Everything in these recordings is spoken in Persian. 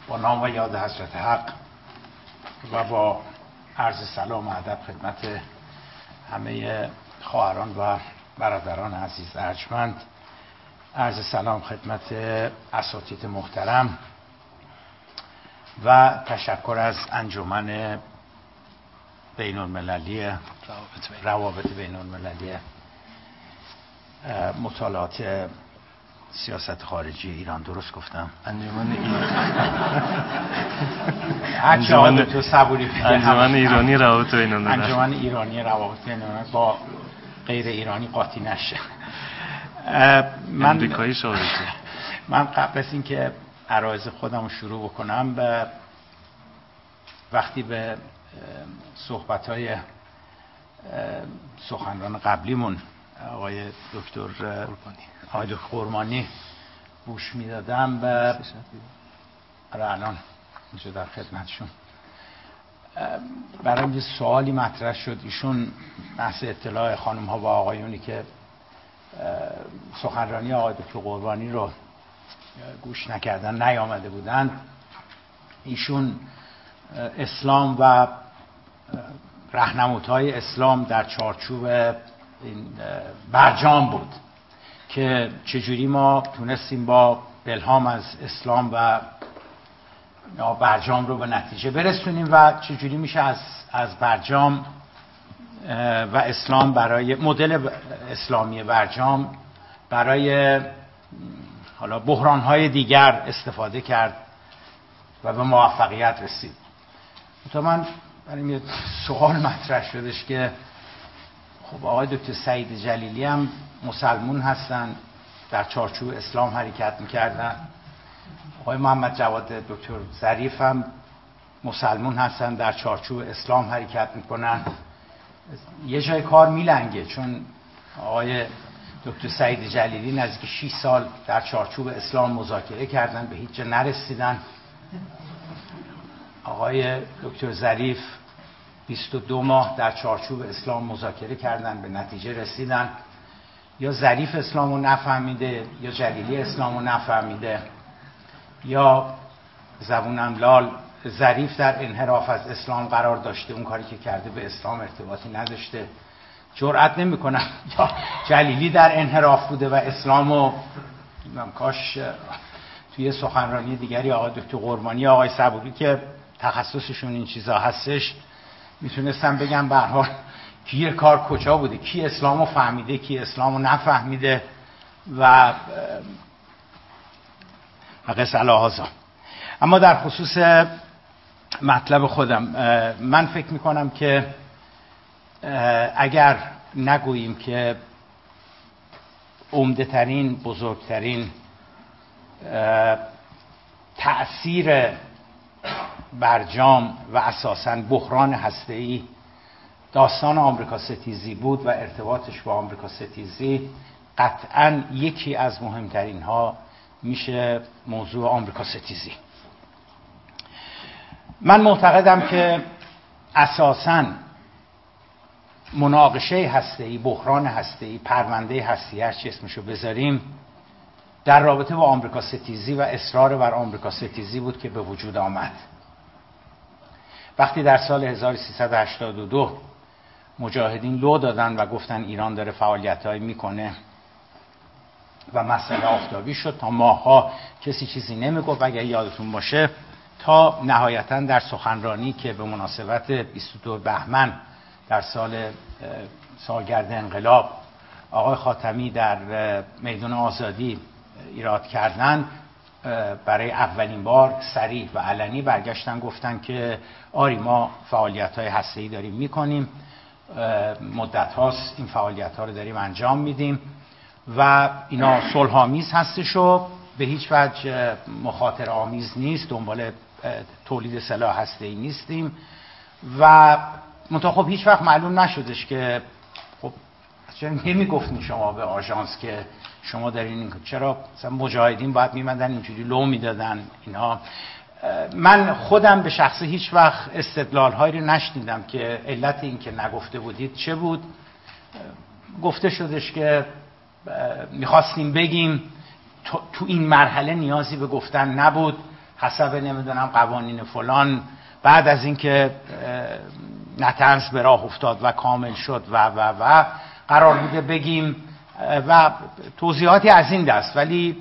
با نام و یاد حضرت حق و با عرض سلام و ادب خدمت همه خواهران و برادران عزیز ارجمند، عرض سلام خدمت اساتید محترم و تشکر از انجمن بین المللی روابط بین المللی مطالعات سیاست خارجی ایران. درست گفتم؟ انجمن ایرانی روابط بین الملل. انجمن ایرانی روابط بین الملل با غیر ایرانی قاطی نشه. من قبل از اینکه عرایض خودم رو شروع بکنم وقتی به صحبت‌های سخنران قبلیمون آقای دکتر قرمانی گوش میدادم الان اینجا در خدمتشون برام یه سوالی مطرح شد. ایشون بحث اطلاع خانم ها و آقایونی که سخنرانی آقای دکتر قربانی رو گوش نکردن نیامده بودن، ایشون اسلام و راهنمودهای اسلام در چارچوب این برجام بود که چجوری ما تونستیم با الهام از اسلام و برجام رو به نتیجه برسونیم و چجوری میشه از برجام و اسلام برای مدل اسلامی برجام برای حالا بحران‌های دیگر استفاده کرد و به موفقیت رسید. تا من برای یه سوال مطرح شدش که خب آقای دکتر سعید جلیلی هم مسلمون هستن، در چارچوب اسلام حرکت میکردن. آقای محمد جواد دکتر ظریف هم مسلمون هستن، در چارچوب اسلام حرکت میکنن. یه جای کار میلنگه، چون آقای دکتر سعید جلیلی نزدیک 6 سال در چارچوب اسلام مذاکره کردن، به هیچ جا نرسیدن. آقای دکتر ظریف 22 ماه در چارچوب اسلام مذاکره کردن، به نتیجه رسیدن. یا ظریف اسلامو نفهمیده یا جلیلی اسلامو نفهمیده، یا زبونم لال ظریف در انحراف از اسلام قرار داشته، اون کاری که کرده به اسلام ارتباطی نداشته. جرئت نمی‌کنم یا جلیلی در انحراف بوده و اسلامو کاش توی سخنرانی دیگری آقای دکتر قربانی، آقای صبوری که تخصصشون این چیزا هستش میتونستم بگم به هر حال کی کار کجا بوده، کی اسلامو فهمیده کی اسلامو نفهمیده و قصه الهازا. اما در خصوص مطلب خودم، من فکر میکنم که اگر نگوییم که عمده ترین بزرگترین تأثیر برجام و اساساً بحران هسته‌ای داستان آمریکا ستیزی بود و ارتباطش با آمریکا ستیزی، قطعاً یکی از مهمترین ها میشه موضوع آمریکا ستیزی. من معتقدم که اساساً مناقشه هسته‌ای، بحران هسته‌ای، پرونده هسته‌ای، هر چی اسمشو بذاریم، در رابطه با آمریکا ستیزی و اصرار بر آمریکا ستیزی بود که به وجود آمد. وقتی در سال 1382 مجاهدین لو دادن و گفتن ایران داره فعالیت‌هایی میکنه و مسئله آفتابی شد، تا ماه‌ها کسی چیزی نمیگفت. اگر یادتون باشه تا نهایتاً در سخنرانی که به مناسبت 22 بهمن در سالگرد انقلاب آقای خاتمی در میدان آزادی ایراد کردن، برای اولین بار صریح و علنی برگشتن گفتن که آری ما فعالیت‌های هسته‌ای داریم میکنیم، مدت هاست این فعالیت‌ها رو داریم انجام میدیم و اینا صلح‌آمیز هستش و به هیچ وجه مخاطره آمیز نیست، دنبال تولید سلاح هسته‌ای نیستیم. و منتها خب هیچ وقت معلوم نشدش که خب چرا نمیگفتین شما به آژانس که شما دارین، چرا مثلا مجاهدین باید میمدن اینجوری لو میدادن اینا. من خودم به شخصه هیچ وقت استدلال هایی رو نشنیدم که علت این که نگفته بودید چه بود. گفته شدش که میخواستیم بگیم تو این مرحله نیازی به گفتن نبود، حسب نمیدونم قوانین فلان بعد از اینکه نطنز به راه افتاد و کامل شد و قرار بوده بگیم و توضیحاتی از این دست، ولی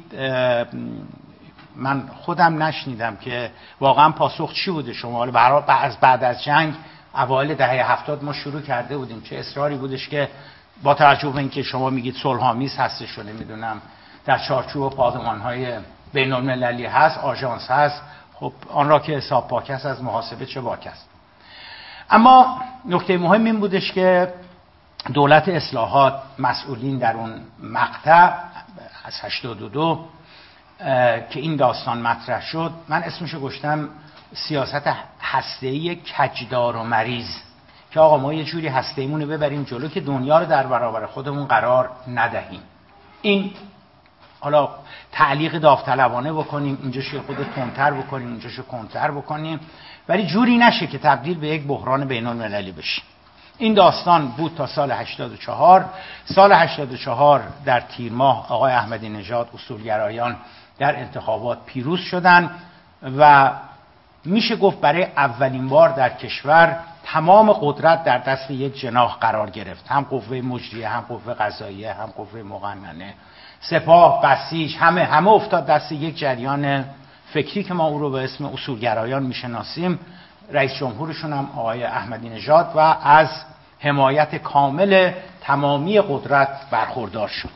من خودم نشنیدم که واقعا پاسخ چی بوده. شما حالا بعد از جنگ اوایل دهه 70 ما شروع کرده بودیم، چه اصراری بودش که با توجه به اینکه شما میگید صلح‌آمیز هستش و نمیدونم در چارچوب پادمان‌های بین‌المللی هست، آژانس هست، خب آن را که حساب پاک است از محاسبه چه باک است. اما نکته مهم این بودش که دولت اصلاحات مسئولین در اون مقطع از 82 که این داستان مطرح شد، من اسمشو گذاشتم سیاست هسته‌ای کجدار و مریض، که آقا ما یه جوری هسته‌ایمون رو ببریم جلو که دنیا رو در برابر خودمون قرار ندهیم. این حالا تعلیق داوطلبانه بکنیم، اینجاشو خود تندتر بکنیم، اینجاشو کندتر بکنیم، ولی جوری نشه که تبدیل به یک بحران بین‌المللی بشه. این داستان بود تا سال 84. سال 84 در تیر ماه آقای احمدی نژاد اصولگرایان در انتخابات پیروز شدند و میشه گفت برای اولین بار در کشور تمام قدرت در دست یک جناح قرار گرفت، هم قوه مجریه، هم قوه قضاییه، هم قوه مقننه، سپاه، بسیج، همه افتاد دست یک جریان فکری که ما او رو به اسم اصولگرایان میشناسیم. رئیس جمهورشون هم آقای احمدی نژاد و از حمایت کامل تمامی قدرت برخوردار شد.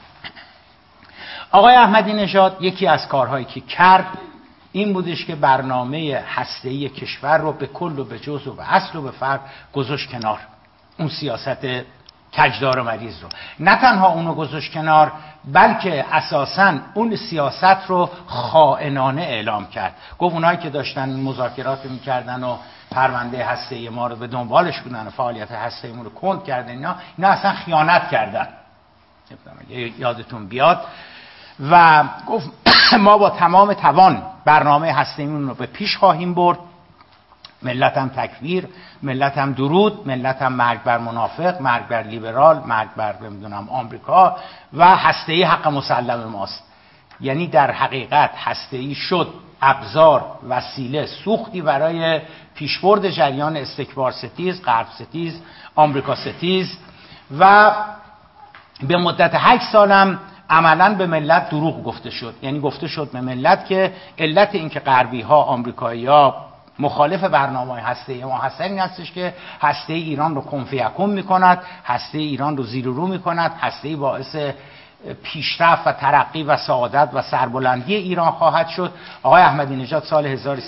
آقای احمدی نژاد یکی از کارهایی که کرد این بودش که برنامه هسته‌ای کشور رو به کل و به جزء و به اصل و به فرع گذاشت کنار. اون سیاست کجدار و مریض رو نه تنها اونو گذاشت کنار، بلکه اساساً اون سیاست رو خائنانه اعلام کرد. گفت اونایی که داشتن مذاکرات میکردن و پرونده هسته‌ای ما رو به دنبالش بودن و فعالیت هسته‌ایمون رو کند کردن، اینا اصلا خیانت کردن، یادتون بیاد. و گفت ما با تمام توان برنامه هسته‌ایمون رو به پیش خواهیم برد. ملت هم تکفیر، ملت هم درود، ملت هم مرگ بر منافق، مرگ بر لیبرال، مرگ بر نمیدونم آمریکا و هسته‌ای حق مسلم ماست. یعنی در حقیقت هسته‌ای شد ابزار، وسیله، سوختی برای پیشبرد جریان استکبار ستیز، غرب ستیز، آمریکا ستیز و به مدت 8 سالم عملاً به ملت دروغ گفته شد. یعنی گفته شد به ملت که علت این که غربی ها، آمریکایی ها مخالف برنامه هسته‌ای ما هستن این هستش که هسته‌ای ایران رو کن فیکون میکند، هسته‌ای ایران رو زیر و رو میکند، هسته‌ای باعث پیشرفت و ترقی و سعادت و سربلندی ایران خواهد شد. آقای احمدی نژاد سال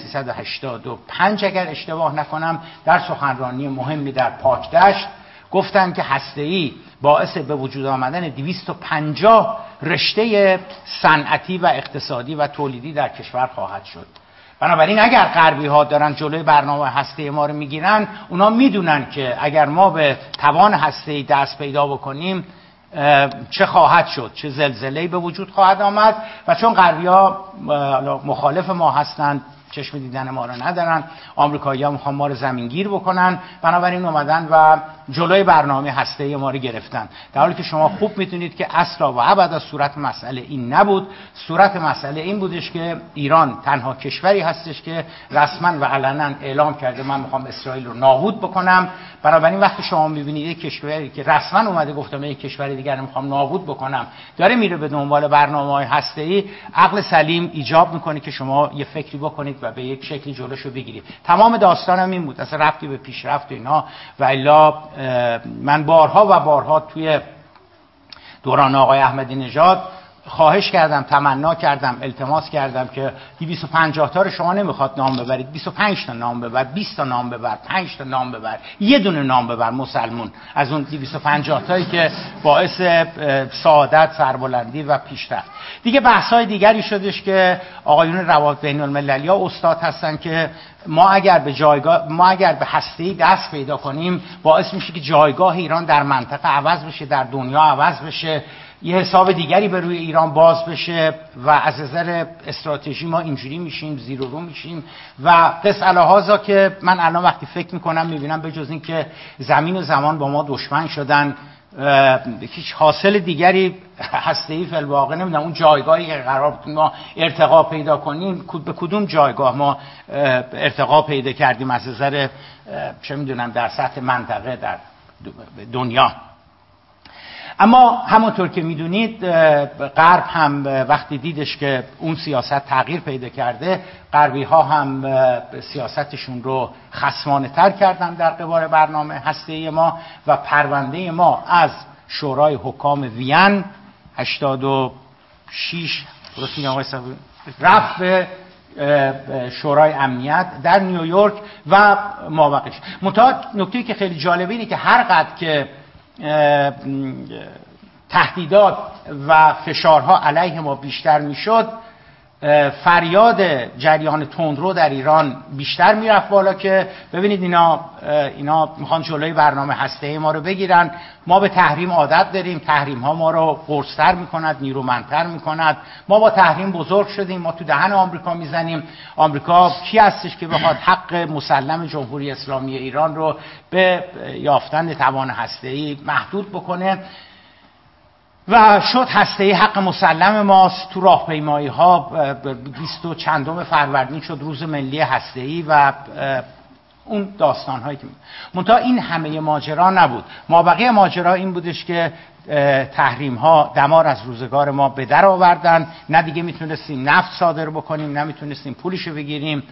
1385 اگر اشتباه نکنم در سخنرانی مهمی در پاکدشت گفتن که هسته‌ای باعث به وجود آمدن 250 رشته صنعتی و اقتصادی و تولیدی در کشور خواهد شد. بنابراین اگر غربی ها دارن جلوی برنامه هسته‌ای ما رو میگیرن، اونا میدونن که اگر ما به توان هسته‌ای دست پیدا بکنیم چه خواهد شد، چه زلزله‌ای به وجود خواهد آمد. و چون غربی ها مخالف ما هستند، چشم دیدن ما رو ندارن، آمریکایی‌ها میخوان ما رو زمینگیر بکنن، بنابراین اومدن و جلوی برنامه هسته‌ای ما رو گرفتن. در حالی که شما خوب میدونید که اصلا و ابدا صورت مسئله این نبود. صورت مسئله این بودش که ایران تنها کشوری هستش که رسما و علنا اعلام کرده من میخوام اسرائیل رو نابود بکنم. بنابراین وقتی شما میبینید یک کشوری که رسما اومده گفته من یک کشور دیگر رو میخوام نابود بکنم داره میره به دنبال برنامه‌های هسته‌ای، عقل سلیم ایجاب میکنه که شما یه فکری بکنید و به یک شکلی جلوشو بگیرید. تمام داستانم این بود، اصلا ربطی به پیشرفت و اینا و الا من بارها و بارها توی دوران آقای احمدی نژاد خواهش کردم، تمنا کردم، التماس کردم که 250 تا رو شما نمیخواد نام ببرید، 25 تا نام ببر، 20 تا نام ببر، 5 تا نام ببر، یه دونه نام ببر مسلمون از اون 250 تایی که باعث سعادت، سربلندی و پیشرفت. دیگه بحث‌های دیگری شدش که آقایون روابط بین‌المللی‌ها استاد هستن که ما اگر به هسته‌ای دست پیدا کنیم باعث میشه که جایگاه ایران در منطقه عوض بشه، در دنیا عوض بشه، یه حساب دیگری به روی ایران باز بشه و از نظر استراتژی ما اینجوری میشیم، زیر و رو میشیم و قص الهازا که من الان وقتی فکر میکنم میبینم به جز این که زمین و زمان با ما دشمن شدن هیچ حاصل دیگری هسته‌ای فی الواقع نمیدونم اون جایگاهی که قرار بود ما ارتقا پیدا کنیم به کدوم جایگاه ما ارتقا پیدا کردیم از نظر چه میدونم در سطح منطقه در دنیا. اما همونطور که میدونید غرب هم وقتی دیدش که اون سیاست تغییر پیدا کرده، غربی ها هم سیاستشون رو خصمانه تر کردن در قبال برنامه هسته‌ای ما و پرونده ما از شورای حکام وین 86 رفت به شورای امنیت در نیویورک و مابقیش. منتها نکته‌ای که خیلی جالبه اینه که هر قدر که تهدیدات و فشارها علیه ما بیشتر میشد، فریاد جریان تندرو در ایران بیشتر میرفت بالا که ببینید اینا میخوان جلوی برنامه هسته‌ای ما رو بگیرن، ما به تحریم عادت داریم، تحریم ها ما رو قرص‌تر میکند، نیرومندتر میکند، ما با تحریم بزرگ شدیم، ما تو دهن آمریکا میزنیم. آمریکا کی هستش که بخواد حق مسلم جمهوری اسلامی ایران رو به یافتن توان هسته‌ای محدود بکنه؟ و شد هسته‌ای حق مسلم ماست. تو راهپیمایی ها 20 و چندم فروردین شد روز ملی هسته‌ای و اون داستان هایی که منتها این همه ماجرا نبود. مابقی ماجرا این بودش که تحریم ها دمار از روزگار ما به در آوردن، نه دیگه میتونستیم نفت صادر بکنیم، نه میتونستیم پولشو بگیریم.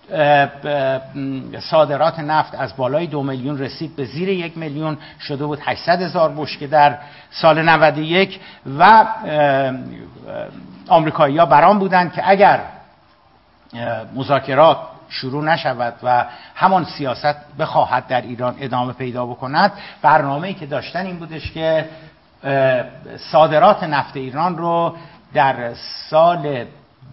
صادرات نفت از بالای 2 میلیون رسید به زیر 1 میلیون، شده بود 800,000 بشکه در سال 91 و آمریکایی‌ها برام بودن که اگر مذاکرات شروع نشود و همان سیاست بخواهد در ایران ادامه پیدا بکند، برنامه‌ای که داشتن این بودش که صادرات نفت ایران رو در سال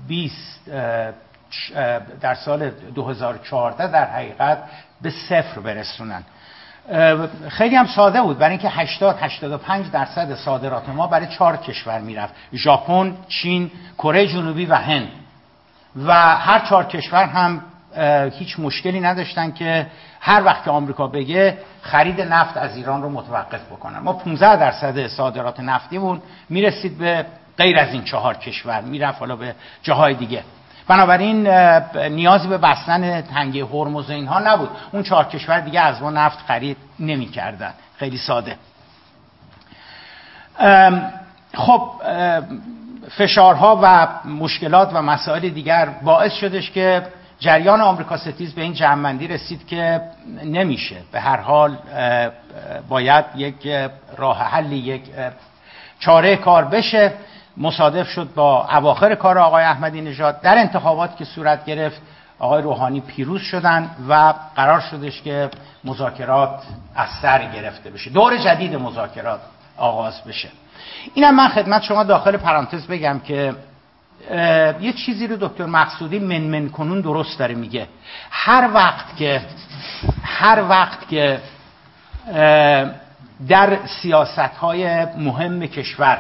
2014 در حقیقت به صفر برسونن. خیلی هم ساده بود، برای اینکه 80-85% صادرات ما برای 4 کشور میرفت: ژاپن، چین، کره جنوبی و هند. و هر 4 کشور هم هیچ مشکلی نداشتن که هر وقت که آمریکا بگه خرید نفت از ایران رو متوقف بکنن. ما 15% صادرات نفتیمون میرسید به غیر از این 4 کشور، میرفت حالا به جاهای دیگه. بنابراین نیازی به بستن تنگه هرمز و اینها نبود. اون 4 کشور دیگه از ما نفت خرید نمی‌کردن. خیلی ساده. خب فشارها و مشکلات و مسائل دیگر باعث شدش که جریان آمریکا ستیز به این جمع‌بندی رسید که نمیشه، به هر حال باید یک راه حلی، یک چاره کار بشه. مصادف شد با اواخر کار آقای احمدی نژاد. در انتخابات که صورت گرفت آقای روحانی پیروز شدن و قرار شدش که مذاکرات از سر گرفته بشه، دور جدید مذاکرات آغاز بشه. اینم من خدمت شما داخل پرانتز بگم که یه چیزی رو دکتر مقصودی من کنون درست داره میگه. هر وقت که در سیاست‌های مهم کشور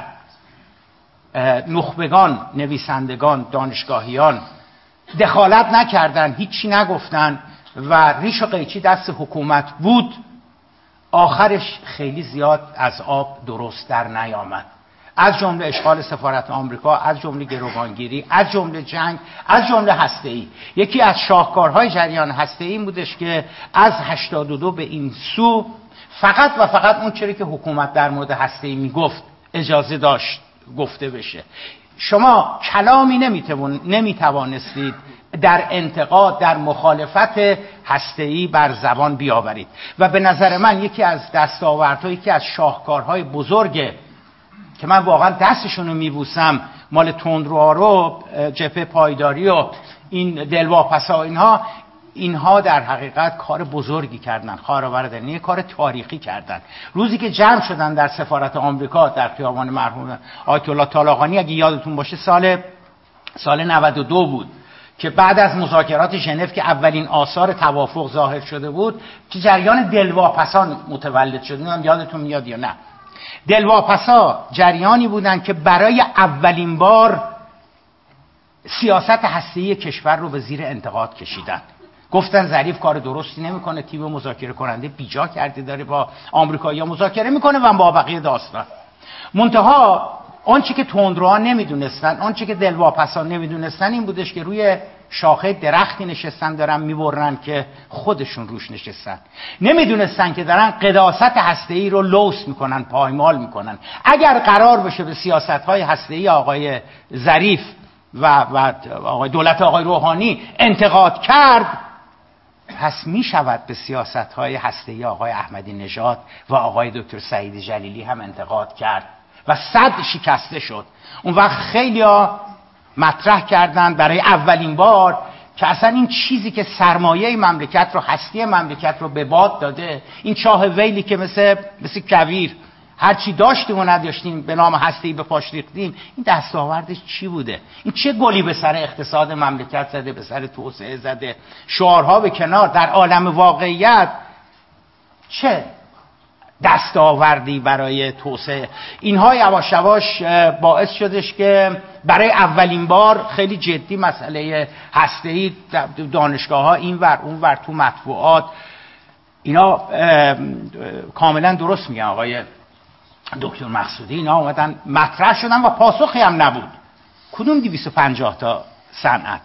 نخبگان، نویسندگان، دانشگاهیان دخالت نکردن، هیچی نگفتن و ریش و قیچی دست حکومت بود، آخرش خیلی زیاد از آب درست در نیامد. از جمله اشغال سفارت آمریکا، از جمله گروگانگیری، از جمله جنگ، از جمله هسته‌ای. یکی از شاهکارهای جریان هسته‌ای این بودش که از 82 به این سو فقط و فقط اون چیزی که حکومت در مورد هسته‌ای میگفت اجازه داشت گفته بشه. شما کلامی نمیتوانستید در انتقاد، در مخالفت هسته‌ای بر زبان بیاورید. و به نظر من یکی از دستاوردها، یکی از شاهکارهای بزرگ که من واقعا دستشون رو میبوسم، مال تندروها رو، جبهه پایداری و این دلواپسا، اینها در حقیقت کار بزرگی کردن، خواهرآوردنی کار تاریخی کردن. روزی که جمع شدن در سفارت آمریکا در خیابان مرحوم آیت الله طالقانی، اگه یادتون باشه سال 92 بود که بعد از مذاکرات ژنو که اولین آثار توافق ظاهر شده بود، که جریان دلواپسان متولد شد. نمیدونم یادتون میاد یا نه. دلواپسا جریانی بودن که برای اولین بار سیاست هسته‌ای کشور رو به زیر انتقاد کشیدن گفتن ظریف کار درستی نمیکنه، تیم مذاکره کننده بیجا کرده، داره با آمریکایی‌ها مذاکره میکنه و با بقیه داستان. منتها آنچه که تندروها نمیدونستن، آنچه که دلواپسان نمیدونستن این بودش که روی شاخه درختی نشستن دارن میبرن که خودشون روش نشستن. نمیدونستن که دارن قداست هسته‌ای رو لوث میکنن، پایمال میکنن. اگر قرار بشه به سیاست‌های هسته‌ای آقای ظریف و آقای دولت آقای روحانی انتقاد کرد، پس میشود به سیاست‌های هسته‌ای آقای احمدی نژاد و آقای دکتر سعید جلیلی هم انتقاد کرد و صد شکسته شد. اون وقت خیلی‌ها مطرح کردن برای اولین بار که اصلا این چیزی که سرمایه مملکت رو، هستی مملکت رو به باد داده، این چاه ویلی که مثل کویر هرچی داشتیم و نداشتیم به نام هستی به پاش ریختیم، این دستاوردش چی بوده؟ این چه گلی به سر اقتصاد مملکت زده، به سر توسعه زده؟ شعارها به کنار، در عالم واقعیت چه دستاوردی برای توسعه؟ اینها یواش یواش باعث شدش که برای اولین بار خیلی جدی مسئله هسته‌ای دانشگاه‌ها اینور اونور تو مطبوعات، اینا کاملا درست میگن آقای دکتر مقصودی، اینا اومدن مطرح شدن و پاسخی هم نبود. کدوم 250 تا صنعت،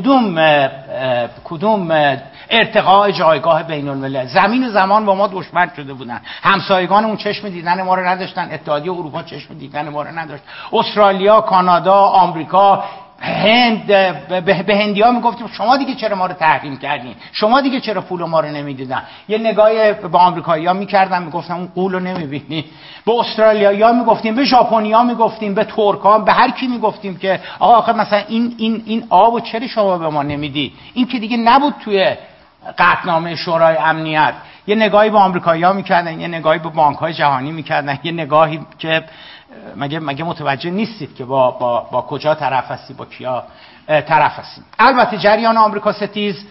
کدوم ارتقاء جایگاه بین الملل؟ زمین و زمان با ما دشمن شده بودن، همسایگان اون چشم دیدن ما رو نداشتن، اتحادیه اروپا چشم دیدن ما رو نداشت، استرالیا، کانادا، آمریکا، هند. به هندی‌ها میگفتیم شما دیگه چرا ما رو تحریم کردین، شما دیگه چرا پول ما رو نمیدیدن. یه نگاهی به آمریکایی‌ها میکردن میگفتن اون قول رو نمیبینی. به استرالیایی‌ها میگفتیم، به ژاپنی‌ها میگفتیم، به ترک‌ها، به هر کی میگفتیم که آقا آخه مثلا این آبو چرا شما به ما نمیدی؟ این که دیگه نبود توی قطعنامه شورای امنیت. یه نگاهی به آمریکایی‌ها میکردن، یه نگاهی به بانک‌های جهانی میکردن، یه نگاهی که مگه متوجه نیستید که با کجا طرف هستی، با کیا طرف هستید؟ البته جریان آمریکا ستیز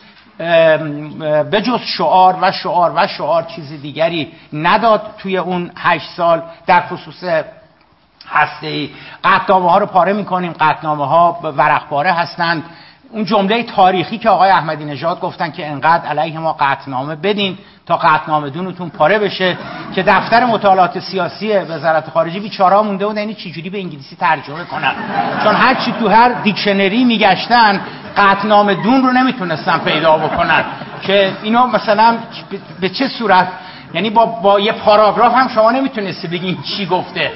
به جز شعار و شعار و شعار چیز دیگری نداد توی اون 8 سال در خصوص هسته‌ای. قطعنامه‌ها رو پاره می‌کنیم، قطعنامه‌ها ورق پاره هستند. اون جمله تاریخی که آقای احمدی نژاد گفتن که انقدر علیه ما قطعنامه بدین تا قطعنامه دونتون پاره بشه، که دفتر مطالعات سیاسی وزارت خارجه بیچاره‌ها مونده بودن اینو چجوری به انگلیسی ترجمه کنن، چون هر چی تو هر دیکشنری میگشتن قطعنامه دون رو نمیتونستن پیدا بکنن که اینو مثلا به چه صورت، یعنی با یه پاراگراف هم شما نمیتونستی بگین چی گفته.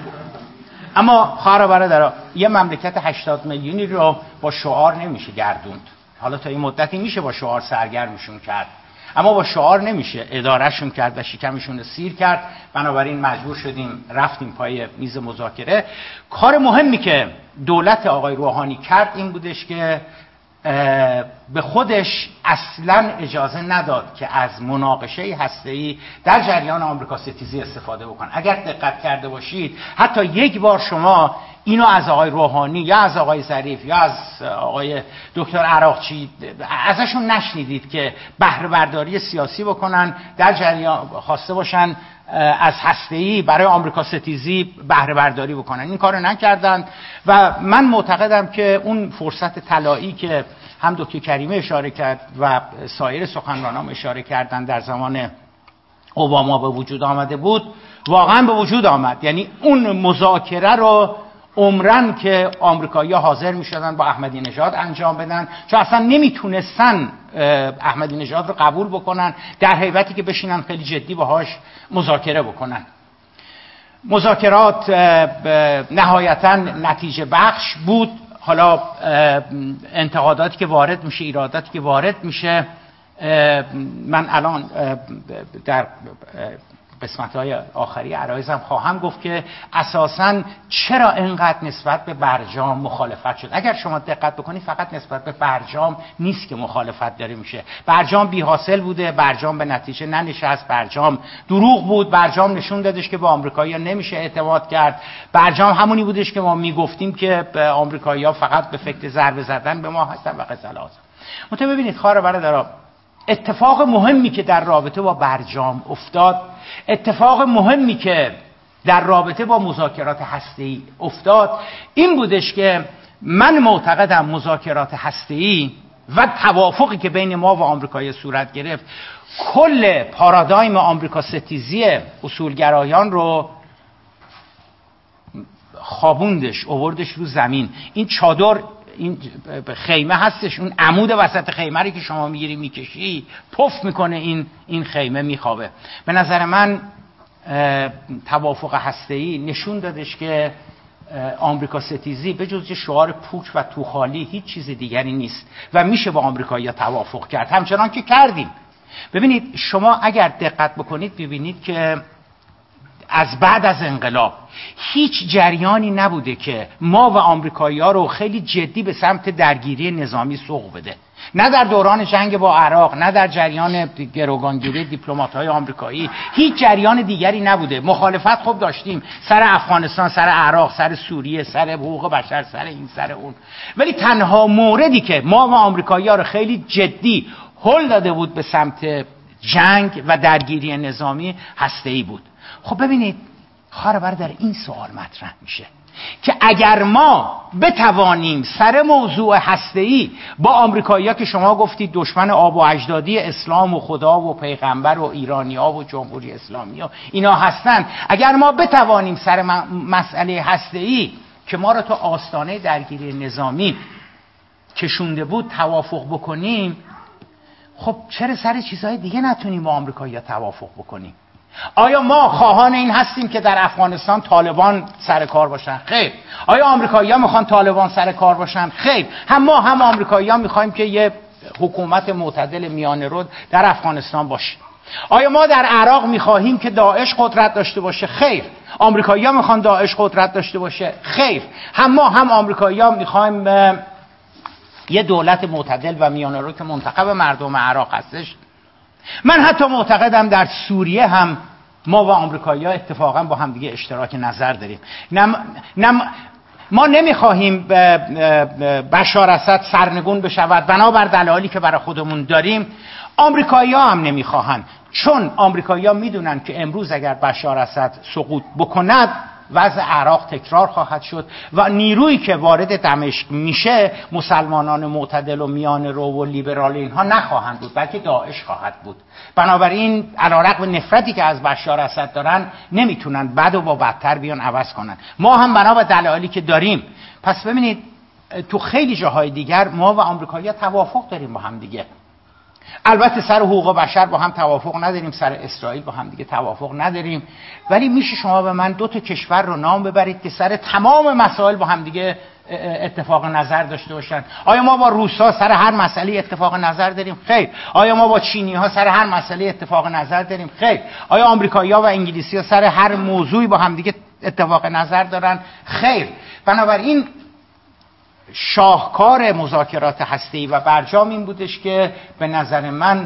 اما خواهر و برادرها، یه مملکت 80 میلیونی رو با شعار نمیشه گردوند. حالا تا این مدتی میشه با شعار سرگرمشون کرد، اما با شعار نمیشه ادارهشون کرد و شکمشون رو سیر کرد. بنابراین مجبور شدیم رفتیم پای میز مذاکره. کار مهمی که دولت آقای روحانی کرد این بودش که به خودش اصلا اجازه نداد که از مناقشه هسته‌ای در جریان آمریکا ستیزی استفاده بکنه. اگر دقت کرده باشید حتی یک بار شما اینو از آقای روحانی یا از آقای ظریف یا از آقای دکتر عراقچی ازشون نشنیدید که بهره برداری سیاسی بکنن، در جریان خواسته باشن از هسته‌ای برای آمریکا ستیزی بهره برداری بکنن. این کارو نکردن و من معتقدم که اون فرصت طلایی که هم دکتر کریمه اشاره کرد و سایر سخنرانان اشاره کردن در زمان اوباما به وجود آمده بود، واقعا به وجود آمد. یعنی اون مذاکره رو عمرن که آمریکایی‌ها حاضر می‌شدن با احمدی نژاد انجام بدن، چون اصلا نمیتونستن احمدی نژاد رو قبول بکنن در حیبتی که بشینن خیلی جدی باهاش مذاکره بکنن. مذاکرات نهایتاً نتیجه بخش بود. حالا انتقاداتی که وارد میشه، ایراداتی که وارد میشه، من الان در قسمت‌های آخری عرایزم خواهم گفت که اساساً چرا اینقدر نسبت به برجام مخالفت شد. اگر شما دقت بکنید فقط نسبت به برجام نیست که مخالفت داره میشه. برجام بی حاصل بوده، برجام به نتیجه ننشست، برجام دروغ بود، برجام نشون دادش که به آمریکایی‌ها نمیشه اعتماد کرد، برجام همونی بودش که ما میگفتیم که آمریکایی‌ها فقط به فکر ضربه زدن به ما هستن و قزلات. متأ ببینید خواهر برادرها، اتفاق مهمی که در رابطه با برجام افتاد، اتفاق مهمی که در رابطه با مذاکرات هسته‌ای افتاد، این بودش که من معتقدم مذاکرات هسته‌ای و توافقی که بین ما و آمریکایی صورت گرفت کل پارادایم آمریکا ستیزی اصولگرایان رو خوابوندش، آوردش رو زمین. این چادر، این خیمه هستش، اون عمود وسط خیمه رو که شما میگیری میکشی پف میکنه، این خیمه میخوابه. به نظر من توافق هسته‌ای نشون دادش که آمریکا ستیزی به جز شعار پوچ و توخالی هیچ چیز دیگری نیست و میشه با آمریکایی‌ها توافق کرد، همچنان که کردیم. ببینید شما اگر دقت بکنید ببینید که از بعد از انقلاب هیچ جریانی نبوده که ما و آمریکایی‌ها رو خیلی جدی به سمت درگیری نظامی سوق بده. نه در دوران جنگ با عراق، نه در جریان گروگانگیری دیپلمات‌های آمریکایی، هیچ جریان دیگری نبوده. مخالفت خب داشتیم سر افغانستان، سر عراق، سر سوریه، سر حقوق بشر، سر این سر اون، ولی تنها موردی که ما و آمریکایی‌ها رو خیلی جدی هل داده بود به سمت جنگ و درگیری نظامی هسته‌ای بود. خب ببینید خواهر برادر، این سوال مطرح میشه که اگر ما بتوانیم سر موضوع هسته‌ای با آمریکایی‌ها که شما گفتید دشمن آب و اجدادی اسلام و خدا و پیغمبر و ایرانی‌ها و جمهوری اسلامی ها اینا هستن، اگر ما بتوانیم سر مسئله هسته‌ای که ما را تو آستانه درگیری نظامی کشونده بود توافق بکنیم، خب چرا سر چیزهای دیگه نتونیم با آمریکایی‌ها توافق بکنیم؟ آیا ما خواهان این هستیم که در افغانستان طالبان سر کار باشن؟ خیر. آیا آمریکایی‌ها میخوان طالبان سر کار باشن؟ خیر. هم آمریکایی‌ها میخوایم که یه حکومت معتدل میانه رو در افغانستان باشه. آیا ما در عراق میخواهیم که داعش قدرت داشته باشه؟ خیر. آمریکایی‌ها میخوان داعش قدرت داشته باشه؟ خیر. هم آمریکایی‌ها میخوایم یه دولت معتدل و میانه رو که منتخب مردم عراق هستش. من حتی معتقدم در سوریه هم ما و آمریکایی‌ها اتفاقا با هم دیگه اشتراک نظر داریم. ما نمیخواهیم بشار اسد سرنگون بشود بنابر دلایلی که برای خودمون داریم. آمریکایی‌ها هم نمیخواهند، چون آمریکایی‌ها میدونن که امروز اگر بشار اسد سقوط بکند وضع عراق تکرار خواهد شد و نیرویی که وارد دمشق میشه مسلمانان معتدل و میانه رو و لیبرال اینها نخواهند بود، بلکه داعش خواهد بود. بنابراین علیرغم نفرتی که از بشار اسد دارن نمیتونن بد و با بدتر بیان عوض کنن. ما هم بنا به دلایلی که داریم. پس ببینید تو خیلی جاهای دیگر ما و آمریکایی‌ها توافق داریم با هم دیگه. البته سر حقوق بشر با هم توافق نداریم، سر اسرائیل با هم دیگه توافق نداریم، ولی میشه شما به من 2 کشور رو نام ببرید که سر تمام مسائل با هم دیگه اتفاق نظر داشته باشن؟ آیا ما با روس‌ها سر هر مسئله اتفاق نظر داریم؟ خیر. آیا ما با چینی‌ها سر هر مسئله اتفاق نظر داریم؟ خیر. آیا آمریکایی‌ها و انگلیسی‌ها سر هر موضوعی با هم دیگه اتفاق نظر دارن؟ خیر. بنابراین شاهکار مذاکرات هسته‌ای و برجام این بودش که به نظر من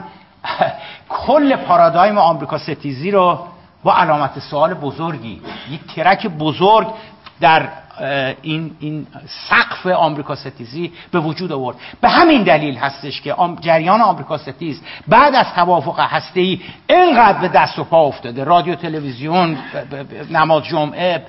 کل پارادایم آمریکا ستیزی رو با علامت سوال بزرگی، یک ترک بزرگ در این سقف آمریکا ستیزی به وجود آورد. به همین دلیل هستش که جریان آمریکا ستیز بعد از توافق هسته‌ای اینقدر به دست و پا افتاده. رادیو، تلویزیون، نماز جمعه،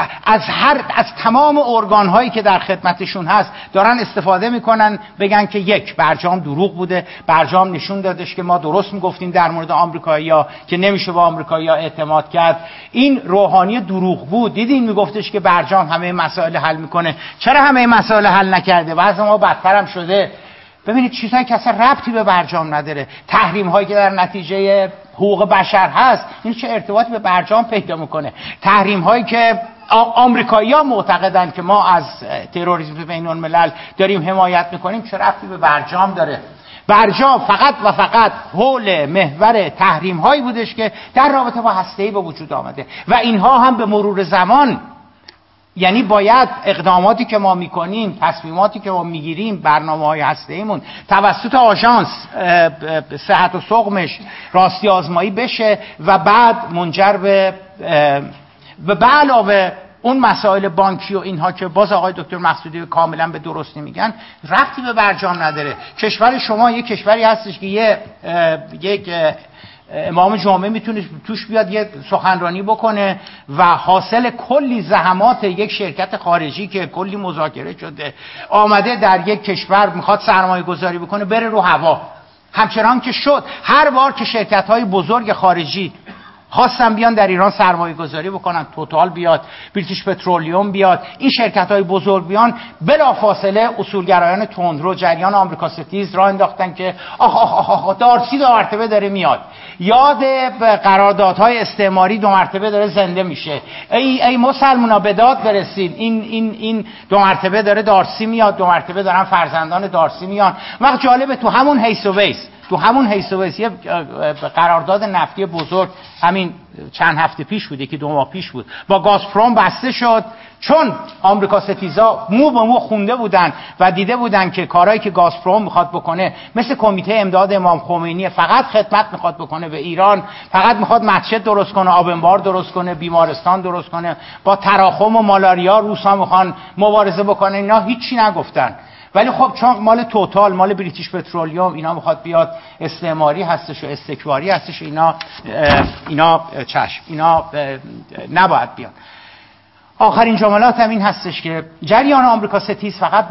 از تمام ارگان هایی که در خدمتشون هست دارن استفاده میکنن بگن که یک، برجام دروغ بوده، برجام نشون دادش که ما درست میگفتیم در مورد آمریکایی‌ها که نمیشه با آمریکایی‌ها اعتماد کرد. این روحانی دروغ بود. دیدین میگفتش که برجام همه مسائل حل میکنه، چرا همه مسائل حل نکرده؟ وضع ما بدتر هم شده. ببینید چیزایی که اصلا ربطی به برجام نداره، تحریم هایی که در نتیجه حقوق بشر هست، این چه ارتباطی به برجام پیدا میکنه؟ تحریم هایی که آمریکایی‌ها معتقدن که ما از تروریسم بین الملل داریم حمایت میکنیم، چه ربطی به برجام داره؟ برجام فقط و فقط حول محور تحریم هایی بودش که در رابطه با هسته‌ای به وجود آمده و اینها هم به مرور زمان، یعنی باید اقداماتی که ما میکنیم، تصمیماتی که ما میگیریم، برنامه‌های هسته‌ایمون توسط آژانس صحت و سقمش راستی آزمایی بشه و بعد منجر به علاوه اون مسائل بانکی و اینها که باز آقای دکتر مقصودی کاملا به درستی میگن، ربطی به برجام نداره. کشور شما یک کشوری هستش که یک امام جمعه میتونه توش بیاد یه سخنرانی بکنه و حاصل کلی زحمات یک شرکت خارجی که کلی مذاکره شده آمده در یک کشور میخواد سرمایه گذاری بکنه بره رو هوا. همچنان که شد هر بار که شرکت های بزرگ خارجی خواستن بیان در ایران سرمایه گذاری بکنن، توتال بیاد، بریتیش پترولیوم بیاد، این شرکت های بزرگ بیان، بلافاصله اصولگرایان تندرو جریان آمریکا ستیز راه انداختن که آخ دارسی 2 مرتبه داره میاد، یاد قراردادهای استعماری 2 مرتبه داره زنده میشه، ای مسلمونا به داد برسید، این 2 مرتبه داره دارسی میاد، 2 مرتبه دارن فرزندان دارسی میان. وقت جالبه تو همون حیث و ویس یه قرارداد نفتی بزرگ همین چند هفته پیش بود، 1-2 ماه پیش بود، با گازپروم بسته شد، چون آمریکا ستیزا مو به مو خونده بودن و دیده بودن که کارهایی که گازپروم میخواد بکنه مثل کمیته امداد امام خمینی فقط خدمت میخواد بکنه به ایران، فقط میخواد مسجد درست کنه، آب انبار درست کنه، بیمارستان درست کنه، با تراخم و مالاریا روسا میخوان مبارزه بکنه، اینا هیچی نگفتن. ولی خب چون مال توتال، مال بریتیش پترولیوم اینا میخواد بیاد استعماری هستش و استکباری هستش، اینا نباید بیان. آخرین جملات هم این هستش که جریان آمریکا ستیز فقط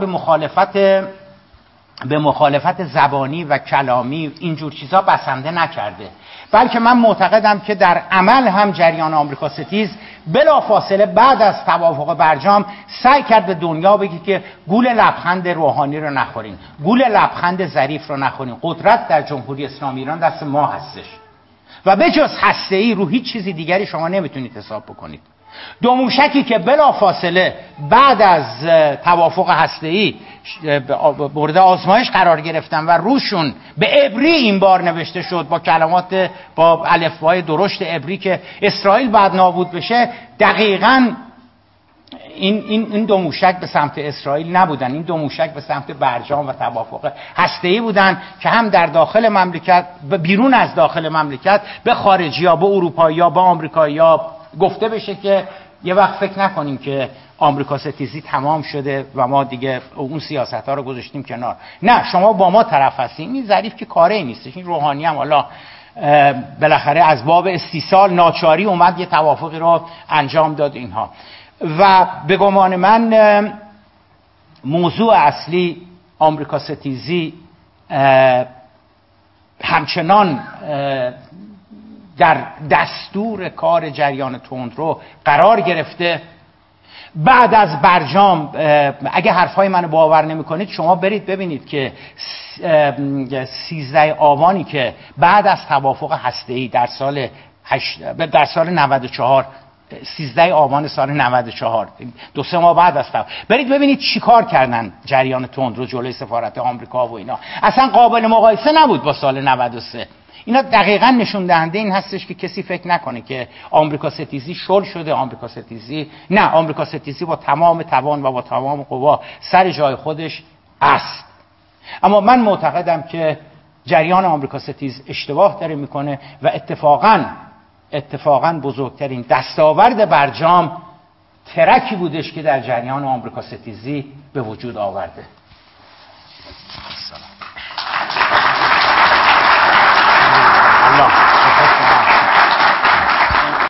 به مخالفت زبانی و کلامی اینجور چیزا بسنده نکرده، بلکه من معتقدم که در عمل هم جریان آمریکا ستیز بلافاصله بعد از توافق برجام سعی کرد به دنیا بگه که گول لبخند روحانی رو نخورین، گول لبخند ظریف رو نخورین، قدرت در جمهوری اسلامی ایران دست ما هستش و به جز هسته‌ای رو هیچ چیزی دیگری شما نمیتونید حساب بکنید. 2 موشکی که بلافاصله بعد از توافق هسته‌ای مورد آزمایش قرار گرفتن و روشون به عبری این بار نوشته شد با کلمات با الفبای درشت عبری که اسرائیل بعد نابود بشه، دقیقاً این 2 موشک به سمت اسرائیل نبودن، این 2 موشک به سمت برجام و توافق هسته‌ای بودن که هم در داخل مملکت بیرون از داخل مملکت به خارجی‌ها، به اروپایی‌ها، به آمریکایی‌ها گفته بشه که یه وقت فکر نکنیم که آمریکا ستیزی تمام شده و ما دیگه اون سیاست‌ها رو گذاشتیم کنار. نه، شما با ما طرف هستین. این ظریف که کاری نیستش، این روحانی هم حالا بالاخره از باب استیصال ناچاری اومد یه توافقی رو انجام داد اینها. و به گمان من موضوع اصلی آمریکا ستیزی همچنان در دستور کار جریان تندرو قرار گرفته. بعد از برجام اگه حرفای منو باور نمی‌کنید شما برید ببینید که 13 آبانی که بعد از توافق هسته‌ای در سال 94 13 آبان سال 94 2-3 ماه بعد از برید ببینید چیکار کردن جریان تندرو جلوی سفارت آمریکا و اینا. اصلا قابل مقایسه نبود با سال 93. اینا دقیقاً نشون دهنده این هستش که کسی فکر نکنه که آمریکا ستیزی شل شده. آمریکا ستیزی با تمام توان و با تمام قوا سر جای خودش است. اما من معتقدم که جریان آمریکا ستیز اشتباه داره میکنه و اتفاقاً بزرگترین دستاورد برجام ترکی بودش که در جریان آمریکا ستیزی به وجود آورده.